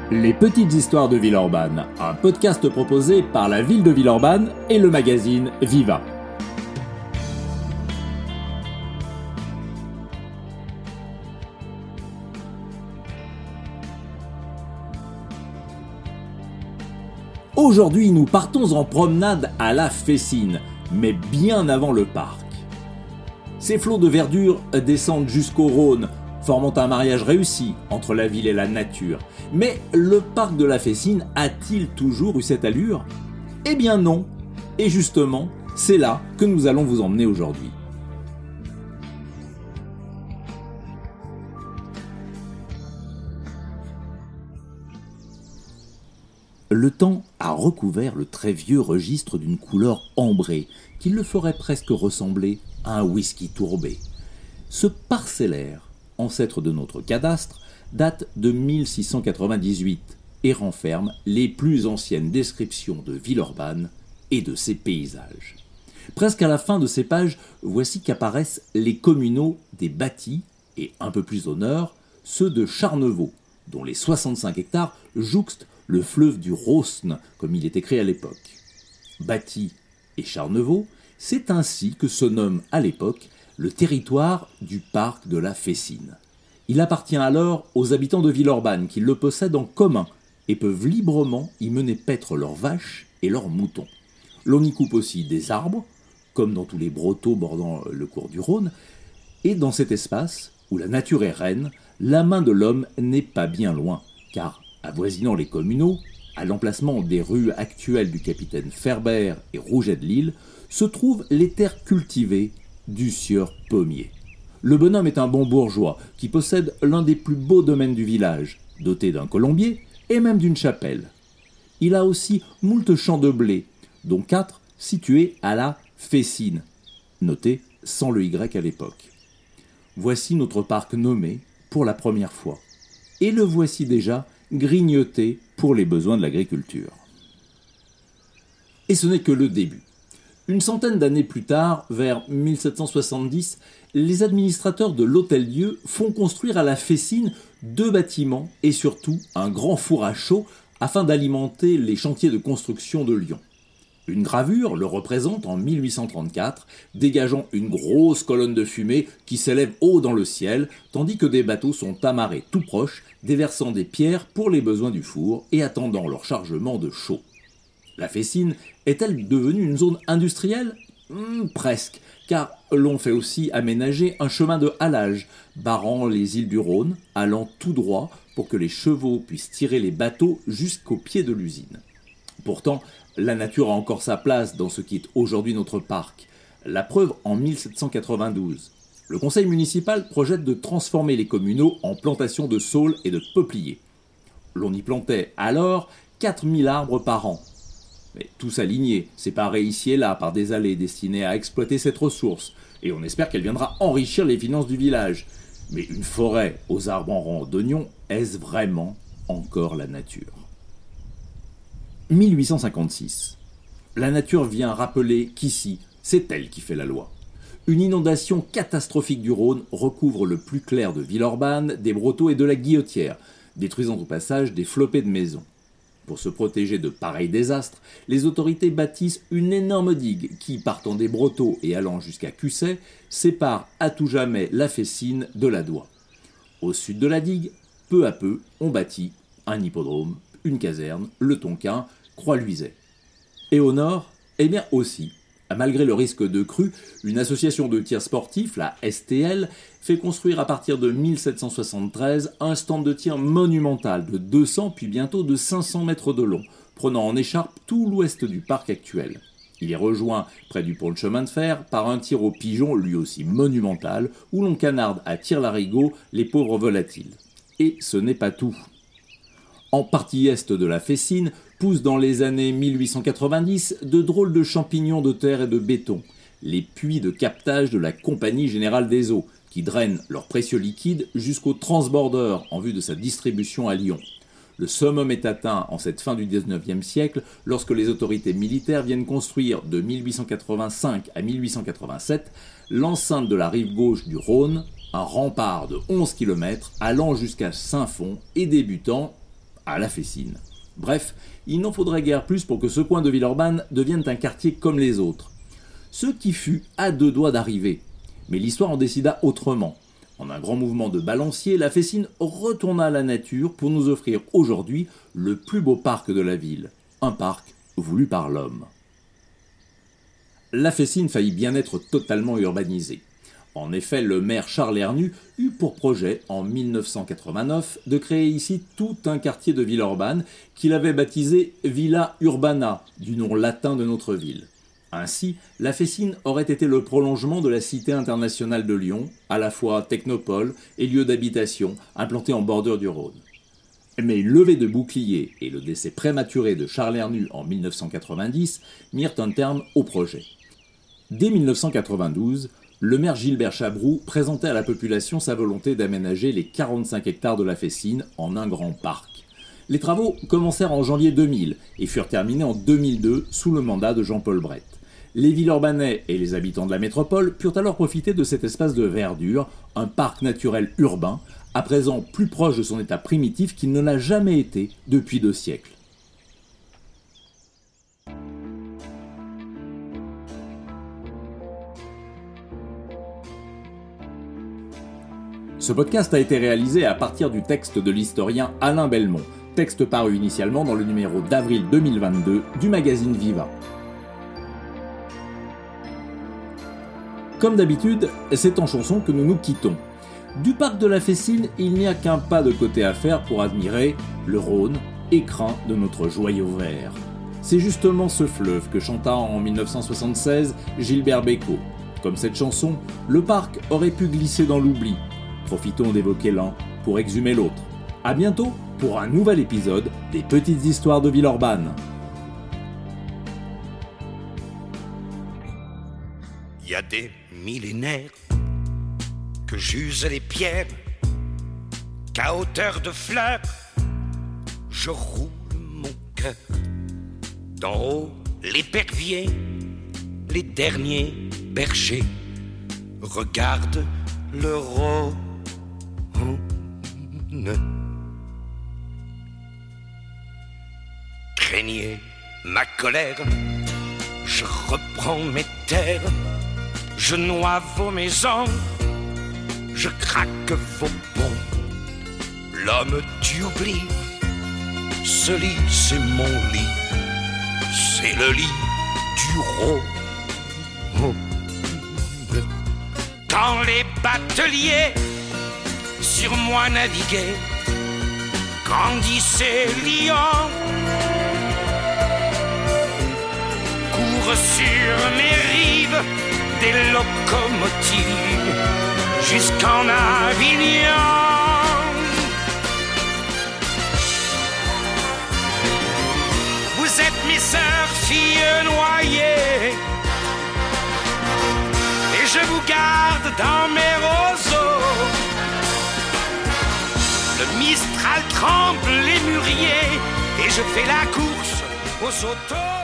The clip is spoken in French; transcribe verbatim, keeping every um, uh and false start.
Les petites histoires de Villeurbanne, un podcast proposé par la ville de Villeurbanne et le magazine Viva. Aujourd'hui, nous partons en promenade à la Fessine, mais bien avant le parc. Ces flots de verdure descendent jusqu'au Rhône, formant un mariage réussi entre la ville et la nature. Mais le parc de la Fessine a-t-il toujours eu cette allure ? Eh bien non. Et justement, c'est là que nous allons vous emmener aujourd'hui. Le temps a recouvert le très vieux registre d'une couleur ambrée qui le ferait presque ressembler à un whisky tourbé. Ce parcellaire, ancêtre de notre cadastre, date de mille six cent quatre-vingt-dix-huit et renferme les plus anciennes descriptions de Villeurbanne et de ses paysages. Presque à la fin de ces pages, voici qu'apparaissent les communaux des bâtis et, un peu plus au nord, ceux de Charnevaux, dont les soixante-cinq hectares jouxtent le fleuve du Rosne, comme il est écrit à l'époque. Bâtis et Charnevaux, c'est ainsi que se nomme à l'époque le territoire du parc de la Fessine. Il appartient alors aux habitants de Villeurbanne qui le possèdent en commun et peuvent librement y mener paître leurs vaches et leurs moutons. L'on y coupe aussi des arbres, comme dans tous les brotteaux bordant le cours du Rhône, et dans cet espace, où la nature est reine, la main de l'homme n'est pas bien loin, car, avoisinant les communaux, à l'emplacement des rues actuelles du capitaine Ferber et Rouget de Lille, se trouvent les terres cultivées du sieur Pommier. Le bonhomme est un bon bourgeois qui possède l'un des plus beaux domaines du village, doté d'un colombier et même d'une chapelle. Il a aussi moult champs de blé, dont quatre situés à la Fessine, noté sans le Y à l'époque. Voici notre parc nommé pour la première fois, et le voici déjà grignoté pour les besoins de l'agriculture. Et ce n'est que le début. Une centaine d'années plus tard, vers mille sept cent soixante-dix, les administrateurs de l'Hôtel-Dieu font construire à la Fessine deux bâtiments et surtout un grand four à chaux afin d'alimenter les chantiers de construction de Lyon. Une gravure le représente en mille huit cent trente-quatre, dégageant une grosse colonne de fumée qui s'élève haut dans le ciel, tandis que des bateaux sont amarrés tout proches, déversant des pierres pour les besoins du four et attendant leur chargement de chaux. La Fessine est-elle devenue une zone industrielle ? Mmh, presque, car l'on fait aussi aménager un chemin de halage, barrant les îles du Rhône, allant tout droit pour que les chevaux puissent tirer les bateaux jusqu'au pied de l'usine. Pourtant, la nature a encore sa place dans ce qui est aujourd'hui notre parc. La preuve en mille sept cent quatre-vingt-douze. Le conseil municipal projette de transformer les communaux en plantations de saules et de peupliers. L'on y plantait alors quatre mille arbres par an. Mais tous alignés, séparés ici et là par des allées destinées à exploiter cette ressource, et on espère qu'elle viendra enrichir les finances du village. Mais une forêt aux arbres en rang d'oignons, est-ce vraiment encore la nature ? mille huit cent cinquante-six. La nature vient rappeler qu'ici, c'est elle qui fait la loi. Une inondation catastrophique du Rhône recouvre le plus clair de Villeurbanne, des Brotteaux et de la Guillotière, détruisant au passage des flopées de maisons. Pour se protéger de pareils désastres, les autorités bâtissent une énorme digue qui, partant des Brotteaux et allant jusqu'à Cusset, sépare à tout jamais la Fessine de la Doie. Au sud de la digue, peu à peu, on bâtit un hippodrome, une caserne, le Tonkin, Croix-Luiset. Et au nord, eh bien aussi, malgré le risque de crue, une association de tir sportif, la S T L, fait construire à partir de mille sept cent soixante-treize un stand de tir monumental de deux cents puis bientôt de cinq cents mètres de long, prenant en écharpe tout l'ouest du parc actuel. Il est rejoint près du pont de chemin de fer par un tir au pigeon lui aussi monumental où l'on canarde à tire-larigot les pauvres volatiles. Et ce n'est pas tout. En partie est de la Fessine, poussent dans les années mille huit cent quatre-vingt-dix de drôles de champignons de terre et de béton, les puits de captage de la Compagnie Générale des Eaux, qui drainent leurs précieux liquides jusqu'au transborder en vue de sa distribution à Lyon. Le summum est atteint en cette fin du dix-neuvième siècle lorsque les autorités militaires viennent construire de mille huit cent quatre-vingt-cinq à mille huit cent quatre-vingt-sept l'enceinte de la rive gauche du Rhône, un rempart de onze kilomètres allant jusqu'à Saint-Fond et débutant à La Fessine. Bref, il n'en faudrait guère plus pour que ce coin de Villeurbanne devienne un quartier comme les autres. Ce qui fut à deux doigts d'arriver. Mais l'histoire en décida autrement. En un grand mouvement de balancier, La Fessine retourna à la nature pour nous offrir aujourd'hui le plus beau parc de la ville. Un parc voulu par l'homme. La Fessine faillit bien être totalement urbanisée. En effet, le maire Charles Hernu eut pour projet, en mille neuf cent quatre-vingt-neuf, de créer ici tout un quartier de Villeurbanne qu'il avait baptisé Villa Urbana, du nom latin de notre ville. Ainsi, La Fessine aurait été le prolongement de la Cité internationale de Lyon, à la fois technopole et lieu d'habitation, implanté en bordure du Rhône. Mais une levée de boucliers et le décès prématuré de Charles Hernu en mille neuf cent quatre-vingt-dix mirent un terme au projet. Dès mille neuf cent quatre-vingt-douze, le maire Gilbert Chabroux présentait à la population sa volonté d'aménager les quarante-cinq hectares de La Fessine en un grand parc. Les travaux commencèrent en janvier deux mille et furent terminés en deux mille deux sous le mandat de Jean-Paul Brett. Les Villeurbanais et les habitants de la métropole purent alors profiter de cet espace de verdure, un parc naturel urbain, à présent plus proche de son état primitif qu'il ne l'a jamais été depuis deux siècles. Ce podcast a été réalisé à partir du texte de l'historien Alain Belmont, texte paru initialement dans le numéro d'avril deux mille vingt-deux du magazine Viva. Comme d'habitude, c'est en chanson que nous nous quittons. Du parc de La Fessine, il n'y a qu'un pas de côté à faire pour admirer le Rhône, écrin de notre joyau vert. C'est justement ce fleuve que chanta en mille neuf cent soixante-seize Gilbert Bécaud. Comme cette chanson, le parc aurait pu glisser dans l'oubli. Profitons d'évoquer l'un pour exhumer l'autre. À bientôt pour un nouvel épisode des Petites Histoires de Villeurbanne. Il y a des millénaires que j'use les pierres, qu'à hauteur de fleurs, je roule mon cœur. D'en haut, l'épervier, les derniers bergers regardent le Rhône. Craignez ma colère, je reprends mes terres. Je noie vos maisons, je craque vos ponts. L'homme tu oublies, ce lit c'est mon lit, c'est le lit du Rhône. Quand les bateliers sur moi naviguaient, grandissaient lions, courent sur mes rives des locomotives jusqu'en Avignon. Vous êtes mes sœurs, filles noyées, et je vous garde dans mes roseaux. Le Mistral tremble les mûriers, et je fais la course aux autos.